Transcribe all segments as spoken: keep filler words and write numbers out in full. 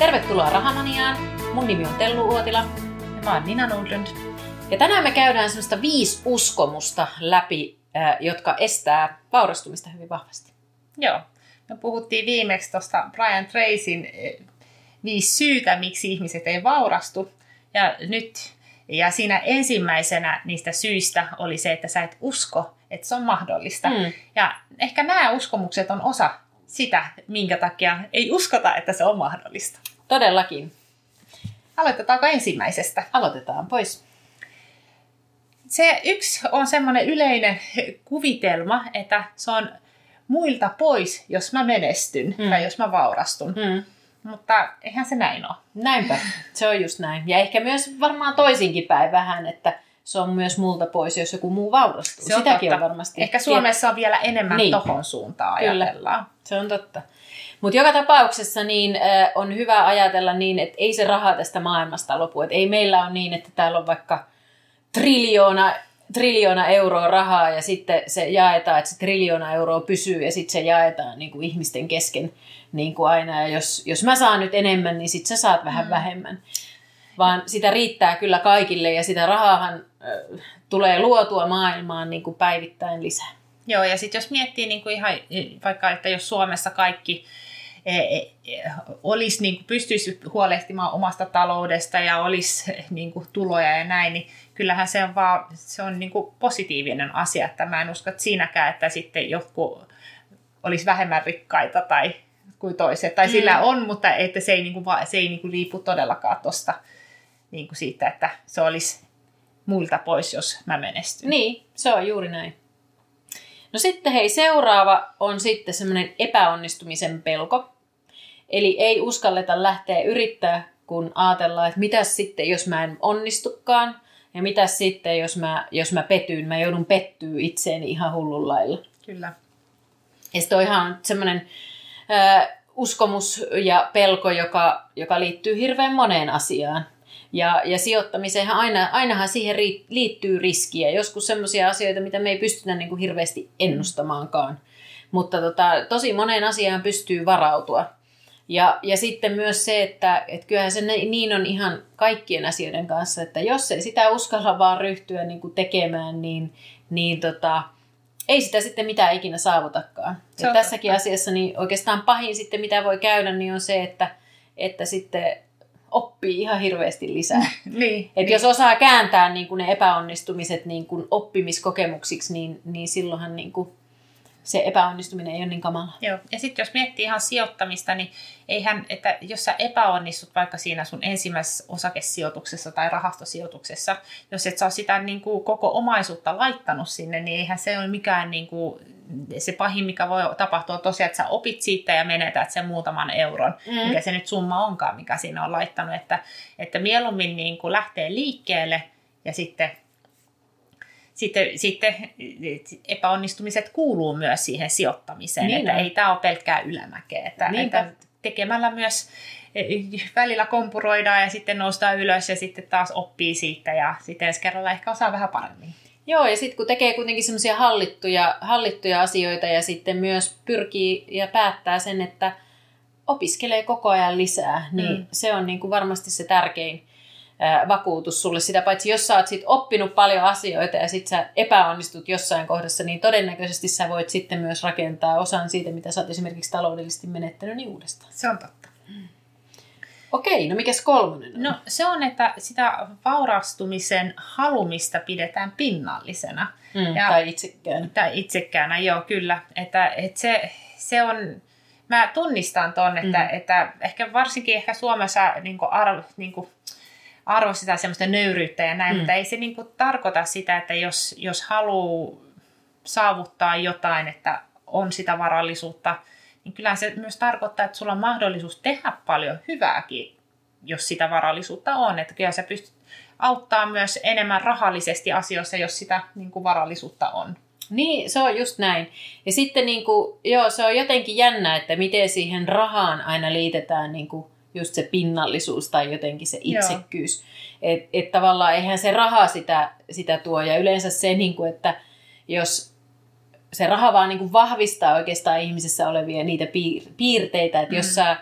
Tervetuloa Rahamaniaan. Mun nimi on Tellu Uotila. Ja mä oon Nina Nordlund. Ja tänään me käydään sellaista viisi uskomusta läpi, jotka estää vaurastumista hyvin vahvasti. Joo. Me puhuttiin viimeksi tuosta Brian Tracyn viisi syytä, miksi ihmiset ei vaurastu. Ja nyt, ja siinä ensimmäisenä niistä syistä oli se, että sä et usko, että se on mahdollista. Mm. Ja ehkä nämä uskomukset on osa sitä, minkä takia ei uskota, että se on mahdollista. Todellakin. Aloitetaanko ensimmäisestä? Aloitetaan pois. Se yksi on semmoinen yleinen kuvitelma, että se on muilta pois, jos mä menestyn mm. tai jos mä vaurastun. Mm. Mutta eihän se näin ole. Näinpä, se on just näin. Ja ehkä myös varmaan toisinkin päin vähän, että se on myös multa pois, jos joku muu vaurastuu. Se on Sitäkin totta. on varmasti. Ehkä Suomessa on vielä enemmän niin. tohon suuntaan ajatellaan. Kyllä, se on totta. Mutta joka tapauksessa niin, äh, on hyvä ajatella niin, että ei se raha tästä maailmasta lopu. Et ei meillä ole niin, että täällä on vaikka triljoona, triljoona euroa rahaa ja sitten se jaetaan, että se triljoona euroa pysyy ja sitten se jaetaan niin kuin ihmisten kesken niin kuin aina. Ja jos, jos mä saan nyt enemmän, niin sitten sä saat vähän mm. vähemmän. Vaan sitä riittää kyllä kaikille ja sitä rahaahan äh, tulee luotua maailmaan niin kuin päivittäin lisää. Joo, ja sitten jos miettii niin kuin ihan vaikka, että jos Suomessa kaikki e, e, olisi, niin kuin pystyisi huolehtimaan omasta taloudesta ja olisi niin kuin tuloja ja näin, niin kyllähän se on, vaan, se on niin kuin positiivinen asia. Että mä en usko että siinäkään, että sitten jotkut olisi vähemmän rikkaita tai kuin toiset. Tai mm. sillä on, mutta että se ei, niin kuin, se ei niin kuin liipu todellakaan tuosta niin kuin siitä, että se olisi muilta pois, jos mä menestyn. Niin, se on juuri näin. No sitten hei, seuraava on sitten semmoinen epäonnistumisen pelko. Eli ei uskalleta lähteä yrittää, kun ajatellaan, että mitäs sitten, jos mä en onnistukaan. Ja mitäs sitten, jos mä, jos mä petyn, mä joudun pettyä itseeni ihan hullun lailla. Kyllä. Ja sitten on ihan semmoinen äh, uskomus ja pelko, joka, joka liittyy hirveän moneen asiaan. Ja, ja sijoittamiseenhan aina, ainahan siihen liittyy riskiä. Joskus semmoisia asioita, mitä me ei pystytä niin kuin hirveästi ennustamaankaan. Mutta tota, tosi moneen asiaan pystyy varautua. Ja, ja sitten myös se, että et kyllähän se niin on ihan kaikkien asioiden kanssa, että jos ei sitä uskalla vaan ryhtyä niin kuin tekemään, niin, niin tota, ei sitä sitten mitään ikinä saavutakaan. Ja tässäkin totta. Asiassa niin oikeastaan pahin sitten, mitä voi käydä, niin on se, että, että sitten oppii ihan hirveästi lisää. niin, Et niin. jos osaa kääntää niin kuin ne epäonnistumiset niin kuin oppimiskokemuksiksi, niin, niin silloinhan niin kuin se epäonnistuminen ei ole niin kamala. Joo. Ja sitten jos miettii ihan sijoittamista, niin eihän, että jos sä epäonnistut vaikka siinä sun ensimmäisessä osakesijoituksessa tai rahastosijoituksessa, jos et sä ole sitä niin kuin koko omaisuutta laittanut sinne, niin eihän se ole mikään niin kuin, se pahin, mikä voi tapahtua tosiaan, että sä opit siitä ja menetät sen muutaman euron, mm. mikä se nyt summa onkaan, mikä siinä on laittanut, että, että mieluummin niin kuin lähtee liikkeelle ja sitten Sitten, sitten epäonnistumiset kuuluu myös siihen sijoittamiseen, niin että on. Ei tämä ole pelkkää ylämäkeä. Että, että tekemällä myös välillä kompuroidaan ja sitten noustaan ylös ja sitten taas oppii siitä ja sitten ensi kerralla ehkä osaa vähän paremmin. Joo, ja sitten kun tekee kuitenkin semmoisia hallittuja, hallittuja asioita ja sitten myös pyrkii ja päättää sen, että opiskelee koko ajan lisää, niin mm. se on niin kuin varmasti se tärkein vakuutus sulle. Sitä paitsi jos sä oot sit oppinut paljon asioita ja sit sä epäonnistut jossain kohdassa, niin todennäköisesti sä voit sitten myös rakentaa osan siitä, mitä sä oot esimerkiksi taloudellisesti menettänyt, niin uudestaan. Se on totta. Mm. Okei, no mikäs kolmonen on? No se on, että sitä vaurastumisen halumista pidetään pinnallisena. Mm, ja, tai itsekkäänä. Tai itsekkäänä, joo, kyllä. Että, että se, se on, mä tunnistan ton, että, mm. että ehkä varsinkin ehkä Suomessa niin kuin arvo, niin kuin arvostetaan semmoista nöyryyttä ja näin, mm. mutta ei se niin kuin tarkoita sitä, että jos, jos haluaa saavuttaa jotain, että on sitä varallisuutta, niin kyllähän se myös tarkoittaa, että sulla on mahdollisuus tehdä paljon hyvääkin, jos sitä varallisuutta on. Että kyllä sä pystyt auttaa myös enemmän rahallisesti asioissa, jos sitä niin kuin varallisuutta on. Niin, se on just näin. Ja sitten niin kuin, joo, se on jotenkin jännä, että miten siihen rahaan aina liitetään niin kuin just se pinnallisuus tai jotenkin se itsekkyys. Että et tavallaan eihän se raha sitä, sitä tuo. Ja yleensä se, niin kuin, että jos se raha vaan niin kuin vahvistaa oikeastaan ihmisessä olevia niitä piir- piirteitä, että mm. jos sä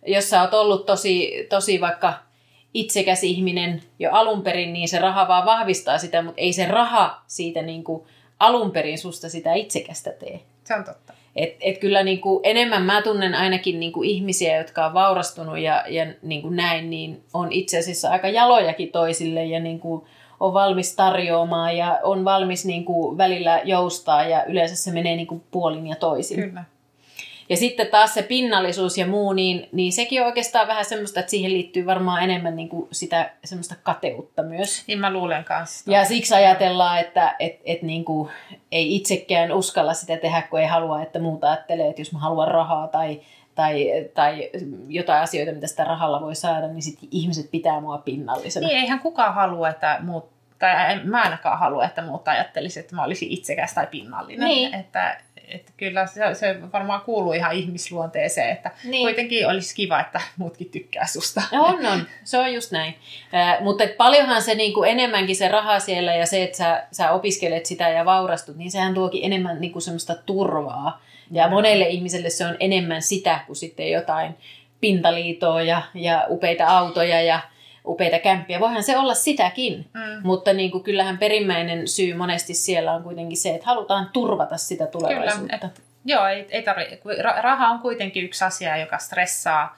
jos sä oot ollut tosi, tosi vaikka itsekäs ihminen jo alun perin, niin se raha vaan vahvistaa sitä, mutta ei se raha siitä niin kuin alun perin susta sitä itsekästä tee. Se on totta. Et, et kyllä niin kuin enemmän mä tunnen ainakin niin kuin ihmisiä, jotka on vaurastunut ja, ja niin kuin näin, niin on itse asiassa aika jalojakin toisille ja niin kuin on valmis tarjoamaan ja on valmis niin kuin välillä joustaa ja yleensä se menee niin kuin puolin ja toisin. Kyllä. Ja sitten taas se pinnallisuus ja muu, niin, niin sekin on oikeastaan vähän semmoista, että siihen liittyy varmaan enemmän niin kuin sitä semmoista kateutta myös. Niin mä luulen kanssa. Ja siksi ajatellaan, että et, et niin kuin ei itsekään uskalla sitä tehdä, kun ei halua, että muuta ajattelee, että jos mä haluan rahaa tai, tai, tai jotain asioita, mitä sitä rahalla voi saada, niin sitten ihmiset pitää mua pinnallisena. Niin, eihän kukaan halua, että muut, tai en, mä ainakaan halua, että muut ajattelisi, että mä olisin itsekäs tai pinnallinen. Niin. Että, että kyllä se, se varmaan kuuluu ihan ihmisluonteeseen, että niin. Kuitenkin olisi kiva, että muutkin tykkää susta. On, on. Se on just näin. Äh, mutta paljonhan se niinku enemmänkin se raha siellä ja se, että sä, sä opiskelet sitä ja vaurastut, niin sehän tuokin enemmän niinku semmoista turvaa. Ja mm. monelle ihmiselle se on enemmän sitä kuin sitten jotain pintaliitoa ja, ja upeita autoja ja upeita kämppiä. Voihan se olla sitäkin, mm. mutta niin kuin, kyllähän perimmäinen syy monesti siellä on kuitenkin se, että halutaan turvata sitä tulevaisuutta. Kyllä, et, joo, ei, ei tarvitse. Raha on kuitenkin yksi asia, joka stressaa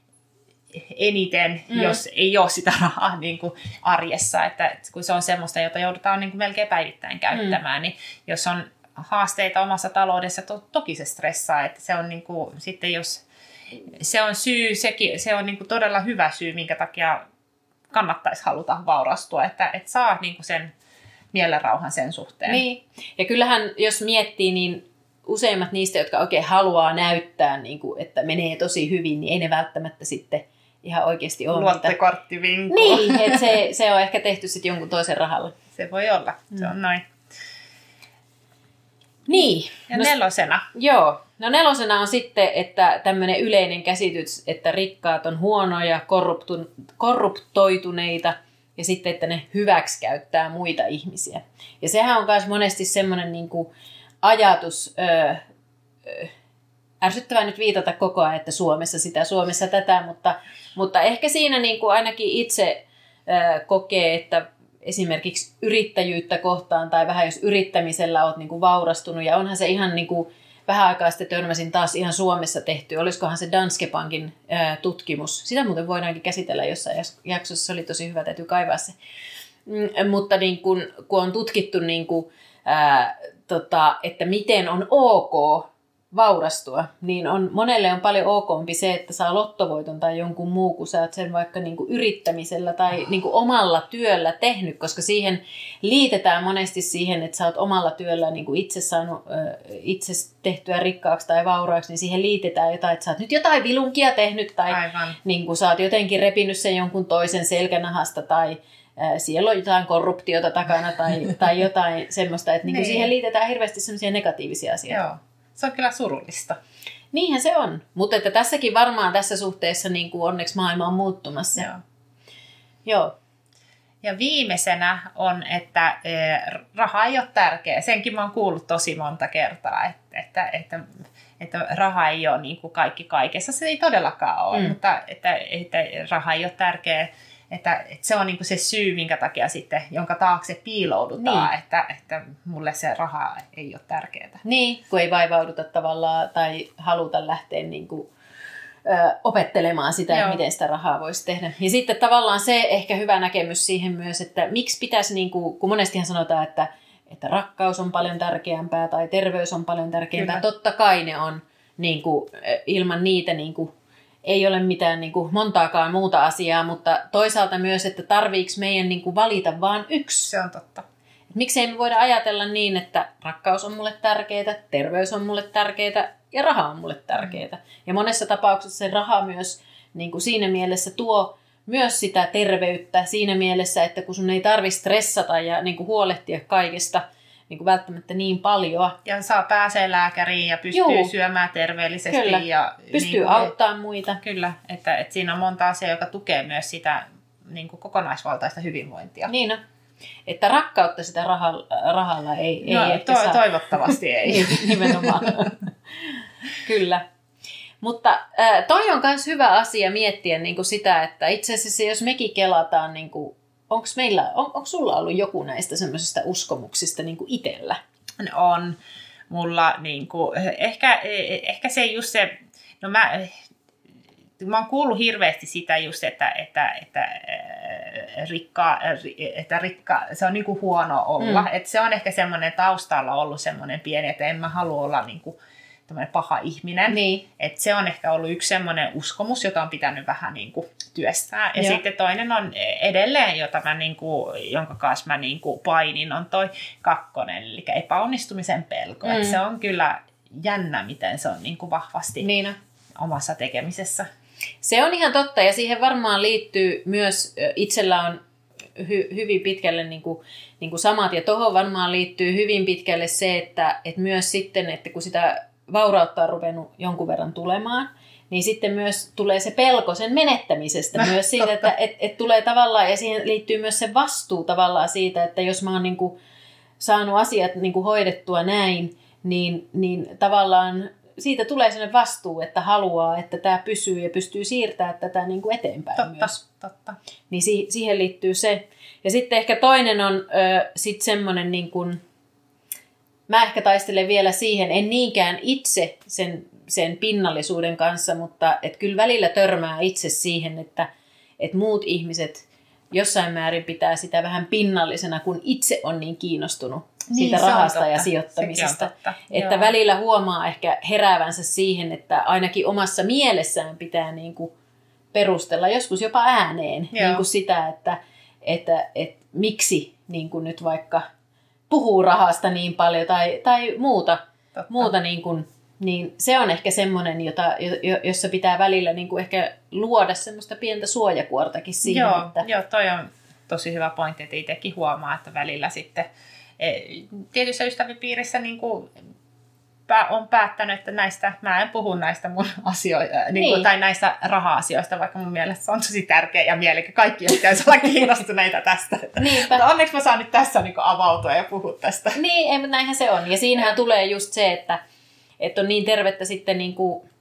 eniten, mm. jos ei ole sitä rahaa niin kuin arjessa. Että, kun se on semmoista, jota joudutaan niin kuin melkein päivittäin käyttämään, mm. niin jos on haasteita omassa taloudessa, to, toki se stressaa. Että se on niin kuin, sitten jos se on syy, sekin, se on niin kuin todella hyvä syy, minkä takia kannattaisi haluta vaurastua, että, että saa niin kuin sen mielenrauhan sen suhteen. Niin. Ja kyllähän, jos miettii, niin useimmat niistä, jotka oikein haluaa näyttää, niin kuin, että menee tosi hyvin, niin ei ne välttämättä sitten ihan oikeasti ole. Luottokortti vinkuu. Niin, että se, se on ehkä tehty sitten jonkun toisen rahalla. Se voi olla, se on noin. Niin. Ja no, nelosena. Joo. No nelosena on sitten, että tämmöinen yleinen käsitys, että rikkaat on huonoja, korruptu, korruptoituneita ja sitten, että ne hyväksikäyttää muita ihmisiä. Ja sehän on myös monesti semmoinen niin kuin ajatus, öö, öö, ärsyttävää nyt viitata koko ajan, että Suomessa sitä, Suomessa tätä, mutta, mutta ehkä siinä niin kuin ainakin itse öö, kokee, että esimerkiksi yrittäjyyttä kohtaan tai vähän jos yrittämisellä olet niin kuin vaurastunut ja onhan se ihan niin kuin vähän aikaa sitten törmäsin taas ihan Suomessa tehty. Olisikohan se Danske Bankin ää, tutkimus. Sitä muuten voidaankin käsitellä jossain jaksossa. Se oli tosi hyvä, täytyy kaivaa se. Mm, mutta niin kun, kun on tutkittu, niin kun, ää, tota, että miten on ok vaurastua, niin on, monelle on paljon okompi se, että saa lottovoiton tai jonkun muu, kun sä oot sen vaikka niin kuin yrittämisellä tai niin kuin omalla työllä tehnyt, koska siihen liitetään monesti siihen, että sä oot omalla työllä niin kuin itse saanut itse tehtyä rikkaaksi tai vauraaksi, niin siihen liitetään jotain, että sä oot nyt jotain vilunkia tehnyt tai niin kuin sä oot jotenkin repinyt sen jonkun toisen selkänahasta tai siellä on jotain korruptiota takana tai, tai jotain semmoista, että niin kuin siihen liitetään hirveästi semmoisia negatiivisia asioita. Joo. Se on kyllä surullista. Niinhän se on. Mutta että tässäkin varmaan tässä suhteessa niin kuin onneksi maailma on muuttumassa. Joo. Joo. Ja viimeisenä on, että raha ei ole tärkeä. Senkin mä oon kuullut tosi monta kertaa, että, että, että, että raha ei ole niin kuin kaikki kaikessa. Se ei todellakaan ole, mm. mutta että, että raha ei ole tärkeä. Että, että se on niin kuin se syy, minkä takia sitten, jonka taakse piiloudutaan, niin. että, että mulle se raha ei ole tärkeää. Niin, kun ei vaivauduta tavallaan tai haluta lähteä niin kuin, ö, opettelemaan sitä, että miten sitä rahaa voisi tehdä. Ja sitten tavallaan se ehkä hyvä näkemys siihen myös, että miksi pitäisi, niin kuin, kun monestihan sanotaan, että, että rakkaus on paljon tärkeämpää tai terveys on paljon tärkeämpää. Kyllä. Totta kai ne on niin kuin, ilman niitä niin kuin, ei ole mitään niin kuin, montaakaan muuta asiaa, mutta toisaalta myös, että tarviiko meidän niin kuin, valita vaan yksi. Se on totta. Et miksei me voida ajatella niin, että rakkaus on mulle tärkeää, terveys on mulle tärkeää ja raha on mulle tärkeää. Mm. Ja monessa tapauksessa se raha myös niin kuin siinä mielessä tuo myös sitä terveyttä siinä mielessä, että kun sun ei tarvitse stressata ja niin kuin, huolehtia kaikesta, niin kuin välttämättä niin paljon. Ja saa pääsee lääkäriin ja pystyy Juu. syömään terveellisesti. Kyllä. Ja pystyy niin auttamaan muita. Kyllä, että, että siinä on monta asiaa, joka tukee myös sitä niin kuin kokonaisvaltaista hyvinvointia. Niin on. Että rakkautta sitä rahalla, rahalla ei, no, ei ehkä to- saa. Toivottavasti ei. Nimenomaan. Kyllä. Mutta äh, toi on myös hyvä asia miettiä niin kuin sitä, että itse asiassa jos mekin kelataan, niin onko meillä, on, onko sulla ollut joku näistä semmoisista uskomuksista niin kuin itsellä? On mulla, niin kuin, ehkä, ehkä se just se, no mä, mä oon kuullut hirveästi sitä just, että, että, että, rikka, että rikka, se on niin kuin huono olla. Mm. Että se on ehkä semmoinen taustalla ollut semmoinen pieni, että en mä halua olla niin kuin paha ihminen. Niin. Että se on ehkä ollut yksi semmoinen uskomus, jota on pitänyt vähän niin kuin työstää. Ja Joo. sitten toinen on edelleen, jota mä niin kuin, jonka kanssa mä niin kuin painin, on toi kakkonen, eli epäonnistumisen pelko. Mm. Että se on kyllä jännä, miten se on niin kuin vahvasti niin. omassa tekemisessä. Se on ihan totta, ja siihen varmaan liittyy myös, itsellä on hy, hyvin pitkälle niin kuin, niin kuin samat, ja tuohon varmaan liittyy hyvin pitkälle se, että, että myös sitten, että kun sitä vaurautta on ruvennut jonkun verran tulemaan, niin sitten myös tulee se pelko sen menettämisestä myös siitä, että et, et tulee tavallaan, ja siihen liittyy myös se vastuu tavallaan siitä, että jos mä oon niin kuin saanut asiat niin kuin hoidettua näin, niin, niin tavallaan siitä tulee sellainen vastuu, että haluaa, että tämä pysyy ja pystyy siirtämään tätä niin kuin eteenpäin totta, myös. Totta. Niin si- siihen liittyy se. Ja sitten ehkä toinen on ö, sitten semmoinen, niin kuin, mä ehkä taistelen vielä siihen, en niinkään itse sen, sen pinnallisuuden kanssa, mutta et kyllä välillä törmää itse siihen, että et muut ihmiset jossain määrin pitää sitä vähän pinnallisena, kun itse on niin kiinnostunut siitä niin, rahasta ja sijoittamisesta. Että Joo. välillä huomaa ehkä heräävänsä siihen, että ainakin omassa mielessään pitää niin kuin perustella, joskus jopa ääneen niin kuin sitä, että, että, että miksi niin kuin nyt vaikka puhuu rahasta niin paljon tai, tai muuta, muuta niin kuin, niin se on ehkä semmoinen, jota, jossa pitää välillä niin kuin ehkä luoda semmoista pientä suojakuortakin siihen. Joo, että... joo, toi on tosi hyvä pointti, että itsekin huomaa, että välillä sitten tietyissä ystäväpiirissä niin kuin on päättänyt, että näistä, mä en puhu näistä mun asioista, niin niin. Kuin, tai näistä raha-asioista, vaikka mun mielestä se on tosi tärkeä ja mielekä kaikki pitäisi olla kiinnostuneita tästä. Mutta onneksi mä saan nyt tässä niin kuin avautua ja puhua tästä. Niin, ei, mutta näinhän se on. Ja siinähän tulee just se, että, että on niin tervettä sitten, niin kuin,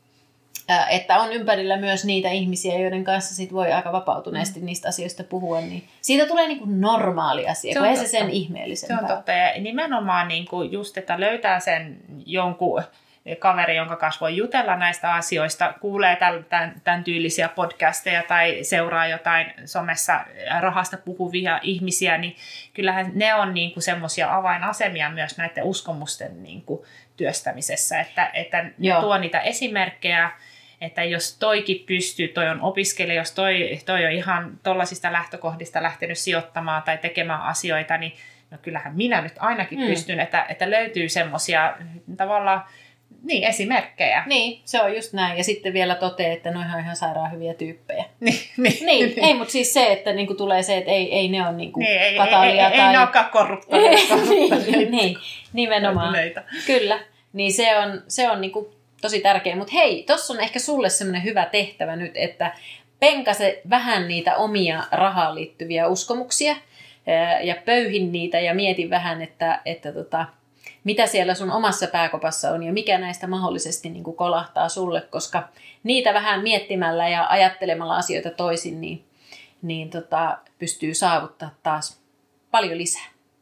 että on ympärillä myös niitä ihmisiä, joiden kanssa sit voi aika vapautuneesti mm. niistä asioista puhua. Niin siitä tulee niin kuin normaali asia, se kun ei se sen ihmeellisempää. Se on totta. Ja nimenomaan niin kuin just, että löytää sen jonkun kaveri, jonka kanssa voi jutella näistä asioista, kuulee tämän, tämän tyylisiä podcasteja tai seuraa jotain somessa rahasta puhuvia ihmisiä, niin kyllähän ne on niin kuin semmoisia avainasemia myös näiden uskomusten niin kuin työstämisessä, että, että ne tuo niitä esimerkkejä, että jos toikin pystyy, toi on opiskelija, jos toi, toi on ihan tollaisista lähtökohdista lähtenyt sijoittamaan tai tekemään asioita, niin no kyllähän minä nyt ainakin mm. pystyn, että, että löytyy semmoisia tavallaan niin, esimerkkejä. Niin, se on just näin. Ja sitten vielä toteaa, että noihan on ihan sairaan hyviä tyyppejä. Niin, niin, niin, niin. Ei, mutta siis se, että niinku tulee se, että ei, ei ne ole niinku niin, ei, katalia. Ei, ei, tai... ei ne olekaan korruptoita. Niin, nimenomaan. Kyllä. Niin se on, se on niinku tosi tärkeä. Mutta hei, tossa on ehkä sulle semmoinen hyvä tehtävä nyt, että penkase vähän niitä omia rahaan liittyviä uskomuksia ja pöyhin niitä ja mieti vähän, että, että tota, mitä siellä sun omassa pääkopassa on ja mikä näistä mahdollisesti niin kuin kolahtaa sulle, koska niitä vähän miettimällä ja ajattelemalla asioita toisin, niin, niin tota, pystyy saavuttaa taas paljon lisää.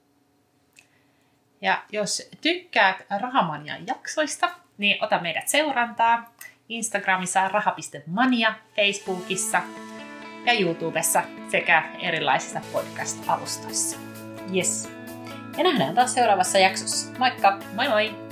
Ja jos tykkäät Rahamanian jaksoista, niin ota meidät seurantaa Instagramissa raha piste mania, Facebookissa ja YouTubessa sekä erilaisissa podcast-alustoissa. Yes. Ja nähdään taas seuraavassa jaksossa. Moikka! Moi moi!